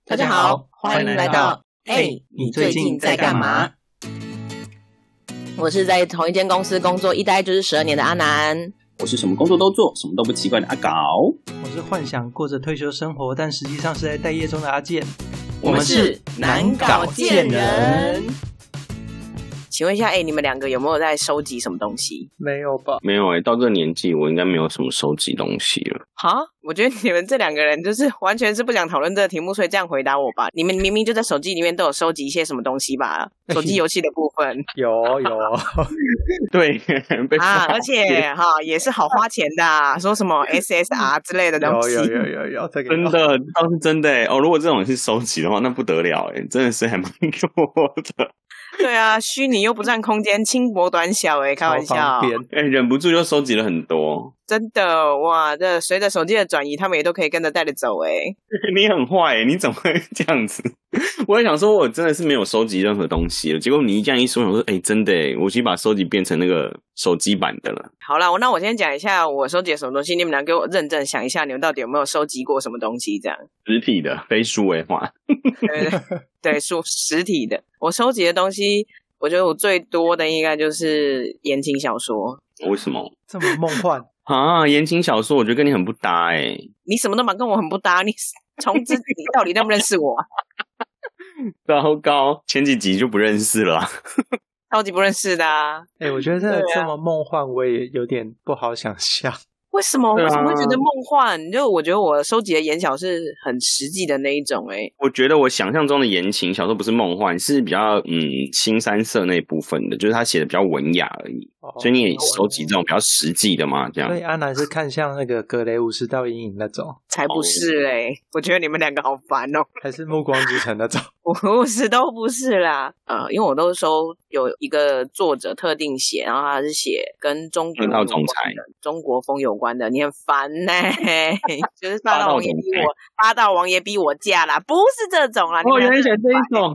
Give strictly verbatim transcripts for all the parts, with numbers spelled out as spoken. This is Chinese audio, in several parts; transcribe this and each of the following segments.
大家好，欢迎来到哎，你最近在干嘛？ 我是在同一间公司工作一待就是十二年的阿南。 我是什么工作都做，什么都不奇怪的阿搞。 我是幻想过着退休生活，但实际上是在待业中的阿健。 我们是难搞贱人。请问一下，哎、欸，你们两个有没有在收集什么东西？ 没有吧？ 没有哎、欸，到这个年纪，我应该没有什么收集东西了。 哈，我觉得你们这两个人就是完全是不想讨论这个题目，所以这样回答我吧。你们明明就在手机里面都有收集一些什么东西吧？手机游戏的部分有有， 对啊，而且哈也是好花钱的、啊，说什么 S S R 之类的东西， 有有有有有，这个真的倒是真的哎、欸、哦，如果这种是收集的话，那不得了哎、欸，真的是还蛮多的。 对啊，虚拟又不占空间，轻薄短小哎，开玩笑， 哎、欸，忍不住就收集了很多， 真的哇！这随着手机的转移，他们也都可以跟着带着走哎。 你很坏哎，你怎么会这样子？我也想说，我真的是没有收集任何东西了。结果你一这样一说，我说哎、欸，真的哎，我去把收集变成那个手机版的了。 好啦，那我先讲一下我收集了什么东西，你们俩给我认真想一下，你们到底有没有收集过什么东西？这样实体的，非数位化。 对对对，数实体的。我收集的东西，我觉得我最多的应该就是言情小说。 为什么这么梦幻啊？言情小说我觉得跟你很不搭哎、欸。 你什么都蛮跟我很不搭，你从之你到底认不认识我、啊？ 糟糕，前几集就不认识了、啊， 超级不认识的啊！ 哎、欸，我觉得这这么梦幻，我也有点不好想象。 为什么？为什么会觉得梦幻？就我觉得我收集的言小是很实际的那一种哎、欸。 我觉得我想象中的言情小说不是梦幻，是比较嗯新三色那一部分的，就是他写的比较文雅而已。哦、所以你也收集这种比较实际的嘛？这样。 所以阿南是看向那个格雷五十道阴影那种？ 才不是哎、欸！我觉得你们两个好烦哦。 还是暮光之城那种？ 不是，都不是啦。呃，因为我都收有一个作者特定写，然后他是写跟中国霸道总裁、 中国风有关的，你很烦呢、欸。就是霸道王爷逼我，霸道王爷逼我嫁啦，不是这种啦。 哦，原来选这一种。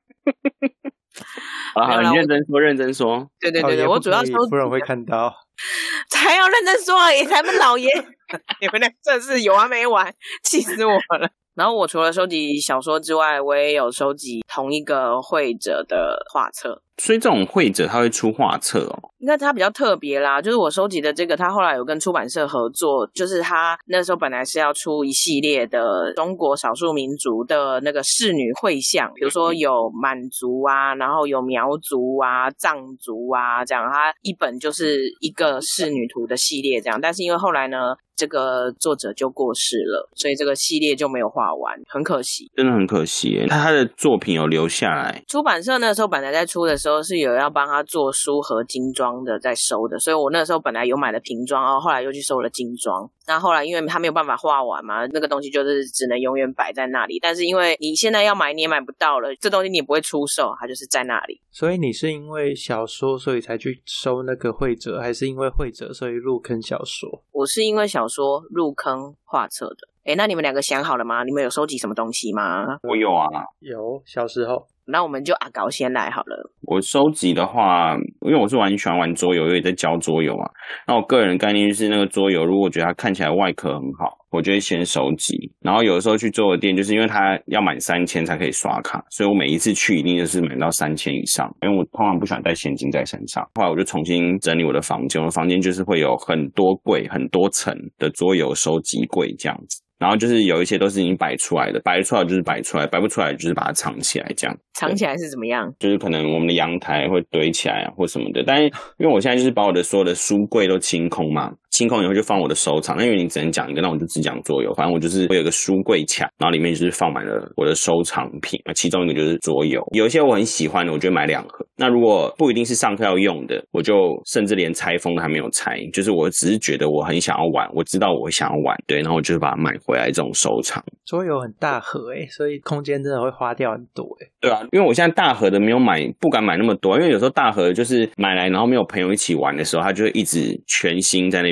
啊，你认真说，认真说。 对对对对，我主要收不然会看到。 才要认真说而已，才不老爷。你们俩真是有完没完，气死我了。然后我除了收集小说之外，我也有收集同一个绘者的画册。 所以这种绘者他会出画册哦？ 应该他比较特别啦，就是我收集的这个，他后来有跟出版社合作，就是他那时候本来是要出一系列的中国少数民族的那个仕女绘像，比如说有满族啊，然后有苗族啊、藏族啊，这样，他一本就是一个仕女图的系列这样。但是因为后来呢，这个作者就过世了，所以这个系列就没有画完，很可惜， 真的很可惜耶。他他的作品有留下来。 出版社那时候本来在出的时候是有要帮他做书和精装的在收的，所以我那时候本来有买了瓶装，然后后来又去收了精装。那后来因为他没有办法画完嘛，那个东西就是只能永远摆在那里。但是因为你现在要买你也买不到了，这东西你也不会出售，它就是在那里。 所以你是因为小说所以才去收那个绘者，还是因为绘者所以入坑小说？ 我是因为小说入坑画册的。诶，那你们两个想好了吗？你们有收集什么东西吗？ 我有啊， 有，小时候。 那我们就阿搞先来好了。 我收集的话，因为我是玩喜欢玩桌游，也在教桌游嘛。那我个人概念就是那个桌游，如果觉得它看起来外壳很好，我就会先收集。然后有的时候去桌游店，就是因为它要满三千才可以刷卡，所以我每一次去一定就是买到三千以上，因为我通常不喜欢带现金在身上。后来我就重新整理我的房间，我的房间就是会有很多柜、很多层的桌游收集柜这样子。然后就是有一些都是已经摆出来的，摆出来就是摆出来，摆不出来就是把它藏起来这样。 藏起来是怎么样？ 就是可能我们的阳台会堆起来啊或什么的，但是因为我现在就是把我的所有的书柜都清空嘛，清空以后就放我的收藏。那因为你只能讲一个，那我就只讲桌游。反正我就是会有个书柜墙，然后里面就是放满了我的收藏品，其中一个就是桌游。有一些我很喜欢的，我就会买两盒。那如果不一定是上课要用的，我就甚至连拆封都还没有拆，就是我只是觉得我很想要玩，我知道我想要玩，对，然后我就把它买回来这种收藏。 桌游很大盒诶，所以空间真的会花掉很多诶。 对啊，因为我现在大盒的没有买，不敢买那么多，因为有时候大盒就是买来然后没有朋友一起玩的时候，它就会一直全新在那边。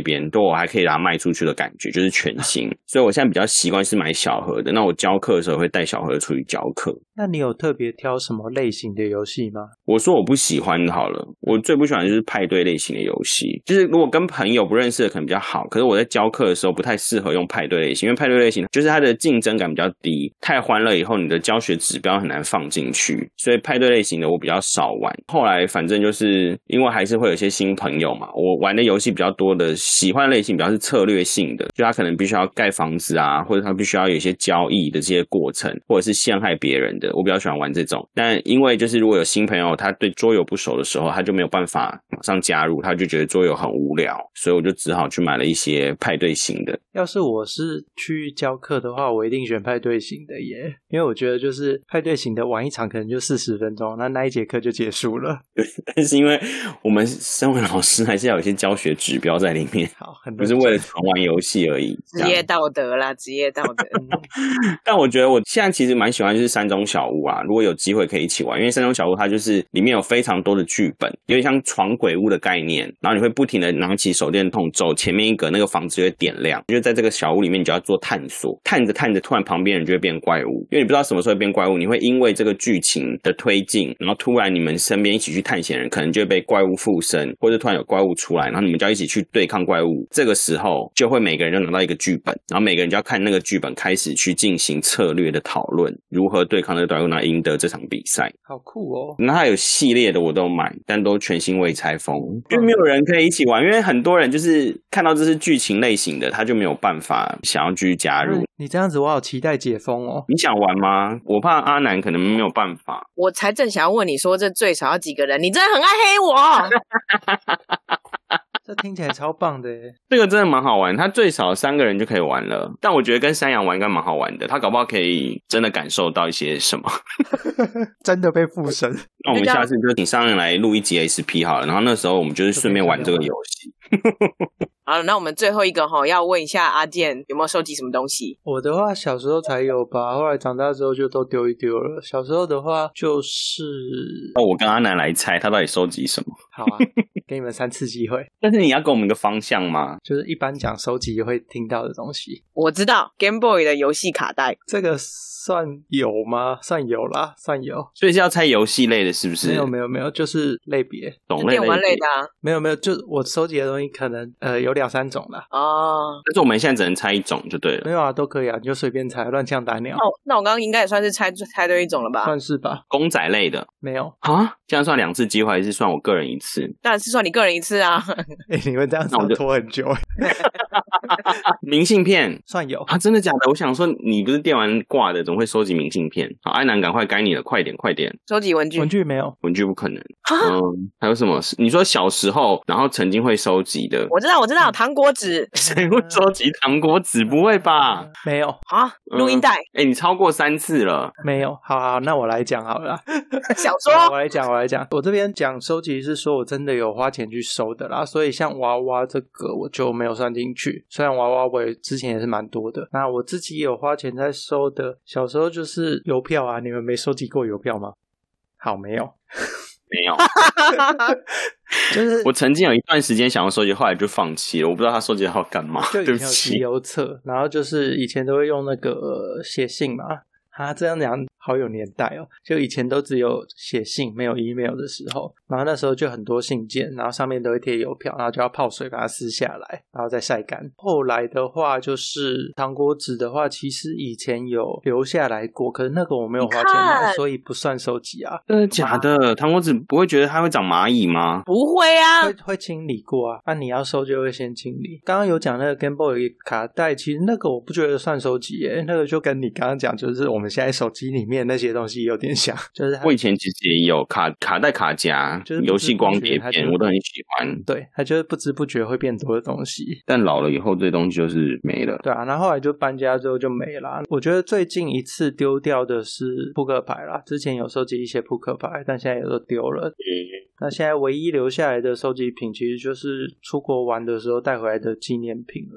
边，都我还可以把它卖出去的感觉，就是全新。所以我现在比较习惯是买小盒的。那我教课的时候会带小盒出去教课。 那你有特别挑什么类型的游戏吗？ 我说我不喜欢好了，我最不喜欢的就是派对类型的游戏。就是如果跟朋友不认识的可能比较好，可是我在教课的时候不太适合用派对类型，因为派对类型就是它的竞争感比较低，太欢乐以后你的教学指标很难放进去，所以派对类型的我比较少玩。后来反正就是因为还是会有一些新朋友嘛，我玩的游戏比较多的喜欢类型比较是策略性的，就他可能必须要盖房子啊，或者他必须要有一些交易的这些过程，或者是陷害别人的，我比较喜欢玩这种。但因为就是如果有新朋友他对桌游不熟的时候，他就没有办法马上加入，他就觉得桌游很无聊，所以我就只好去买了一些派对型的。 要是我是去教课的话，我一定选派对型的耶，因为我觉得就是派对型的玩一场可能就四十分钟，那那一节课就结束了。 对，但是因为我们身为老师还是要有一些教学指标在里面， 好，很不是为了纯玩游戏而已。 职业道德啦，职业道德。 但我觉得我现在其实蛮喜欢就是山中小屋啊，如果有机会可以一起玩，因为山中小屋它就是里面有非常多的剧本，有点像闯鬼屋的概念，然后你会不停的拿起手电筒走前面一个，那个房子就会点亮，因为在这个小屋里面你就要做探索，探着探着突然旁边人就会变怪物，因为你不知道什么时候会变怪物，你会因为这个剧情的推进，然后突然你们身边一起去探险的人可能就会被怪物附身，或者突然有怪物出来，然后你们就要一起去对抗怪物，这个时候就会每个人就拿到一个剧本，然后每个人就要看那个剧本开始去进行策略的讨论，如何对抗那个怪物，然后赢得这场比赛。 好酷哦。 那它有系列的我都买，但都全新未拆封，因为没有人可以一起玩，因为很多人就是看到这是剧情类型的，他就没有办法想要继续加入。 你这样子我好期待解封哦。 你想玩吗？我怕阿南可能没有办法。 我才正想要问你说这最少要几个人，你真的很爱黑我。 这听起来超棒的耶。 这个真的蛮好玩，它最少三个人就可以玩了，但我觉得跟山羊玩应该蛮好玩的，他搞不好可以真的感受到一些什么。 真的被附身。 那我们下次就请上人来录一集 S P 好了，然后那时候我们就是顺便玩这个游戏。 好了，那我们最后一个齁，要问一下阿健有没有收集什么东西？ 我的话小时候才有吧，后来长大之后就都丢一丢了。小时候的话就是哦，我跟阿南来猜他到底收集什么。 好啊，给你们三次机会。 但是你要给我们一个方向吗？ 就是一般讲收集会听到的东西。 我知道 Game Boy 的游戏卡带。 这个算有吗？算有啦，算有。 所以是要猜游戏类的是不是？ 没有没有没有，就是类别， 种类电玩类的啊。 没有没有，就我收集的东西可能呃有两三种啦。 哦， 但是我们现在只能猜一种就对了。 没有啊，都可以啊，你就随便猜，乱枪打鸟。 哦，那我刚刚应该也算是猜猜对一种了吧？ 算是吧。 公仔类的没有啊？这样算两次机会还是算我个人一次？ 当然是算你个人一次啊。 欸、你们这样子拖很久。 明信片算有啊？真的假的？我想说你不是电玩挂的，怎么会收集明信片？好，安南赶快该你了，快点快点。 收集文具？ 文具没有， 文具不可能。嗯，还有什么？你说小时候然后曾经会收集的？ 我知道我知道，糖果纸。 谁会收集糖果纸？不会吧？ 没有啊，录音带。 哎、嗯欸，你超过三次了。 没有。好好，那我来讲好了。 小说。 我来讲我来讲我这边讲收集是说我真的有花钱去收的啦，所以像娃娃这个我就没有算进去，虽然娃娃我也之前也是蛮多的。那我自己有花钱在收的，小时候就是邮票啊，你们没收集过邮票吗？好，没有。 没有。 就是我曾经有一段时间想要收集，后来就放弃了。我不知道他收集好干嘛。 就以前有集邮册，然后就是以前都会用那个写信嘛。啊，这样讲好有年代哦！就以前都只有写信没有 email 的时候，然后那时候就很多信件，然后上面都会贴邮票，然后就要泡水把它撕下来，然后再晒干。后来的话就是糖果纸的话，其实以前有留下来过，可是那个我没有花钱买，所以不算收集啊。 真的假的？糖果纸不会觉得它会长蚂蚁吗？ 不会啊， 会会清理过啊。那、啊、你要收就会先清理。刚刚有讲那个 Game Boy 卡带，其实那个我不觉得算收集耶，那个就跟你刚刚讲就是我们现在手机里面那些东西有点像，就是我以前其实也有卡卡带卡夹，就是游戏光碟片，我都很喜欢。 对，它就是不知不觉会变多的东西， 但老了以后这东西就是没了。 对啊，然后后来就搬家之后就没了。我觉得最近一次丢掉的是扑克牌啦，之前有收集一些扑克牌，但现在也都丢了。嗯，那现在唯一留下来的收集品其实就是出国玩的时候带回来的纪念品而已。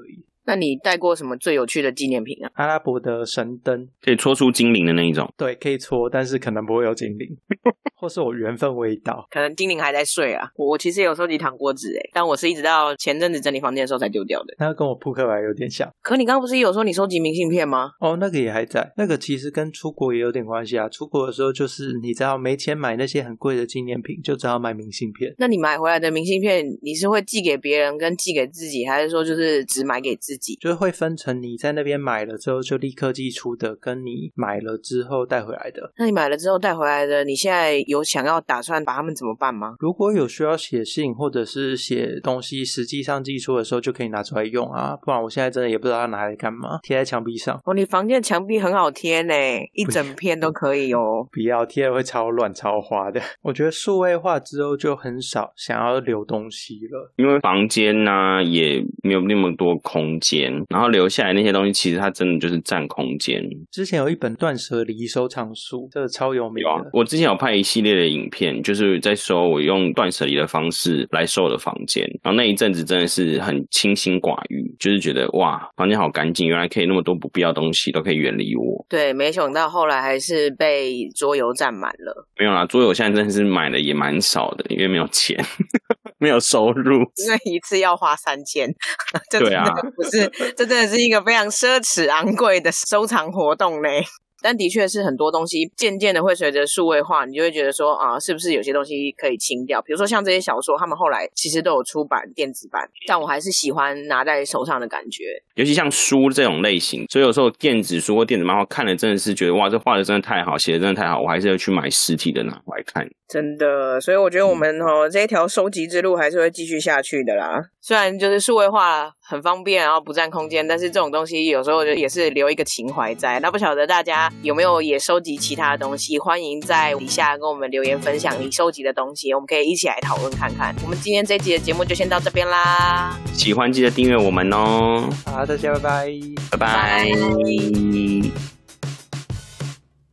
那你带过什么最有趣的纪念品啊？ 阿拉伯的神灯， 可以戳出精灵的那一种。 对，可以戳，但是可能不会有精灵，或是我缘分未到， 可能精灵还在睡啊。我其实也有收集糖果纸诶，但我是一直到前阵子整理房间的时候才丢掉的。 那跟我扑克牌有点像。 可你刚刚不是有说你收集明信片吗？ 哦，那个也还在。那个其实跟出国也有点关系啊。出国的时候就是你只要没钱买那些很贵的纪念品，就只好买明信片。 那你买回来的明信片，你是会寄给别人跟寄给自己，还是说就是只买给自己？ 就是会分成你在那边买了之后就立刻寄出的，跟你买了之后带回来的。 那你买了之后带回来的，你现在有想要打算把它们怎么办吗？ 如果有需要写信或者是写东西实际上寄出的时候就可以拿出来用啊，不然我现在真的也不知道要拿来干嘛，贴在墙壁上。 哦，你房间的墙壁很好贴呢，一整片都可以哦。 不要贴了会超乱超花的。我觉得数位化之后就很少想要留东西了， 因为房间呢、啊、也没有那么多空间，然后留下来那些东西其实它真的就是占空间。 之前有一本断舍离收藏书，这个超有名的。 有啊，我之前有拍一系列的影片，就是在收我用断舍离的方式来收我的房间，然后那一阵子真的是很清心寡欲，就是觉得哇房间好干净，原来可以那么多不必要的东西都可以远离我。 对，没想到后来还是被桌游占满了。 没有啦，桌游现在真的是买的也蛮少的，因为没有钱没有收入， 因为一次要花三千这真对啊， 的不是，这真的是一个非常奢侈昂贵的收藏活动嘞。但的确是很多东西渐渐的会随着数位化，你就会觉得说啊，是不是有些东西可以清掉？比如说像这些小说，他们后来其实都有出版电子版，但我还是喜欢拿在手上的感觉。 尤其像书这种类型，所以有时候电子书或电子漫画看了真的是觉得哇，这画的真的太好，写的真的太好，我还是要去买实体的拿回来看。 真的，所以我觉得我们哦、嗯、这一条收集之路还是会继续下去的啦。虽然就是数位化很方便，然后不占空间，但是这种东西有时候也是留一个情怀在。那不晓得大家有没有也收集其他的东西？欢迎在底下跟我们留言分享你收集的东西，我们可以一起来讨论看看。我们今天这一集的节目就先到这边啦， 喜欢记得订阅我们哦。 好，大家拜拜， 拜拜。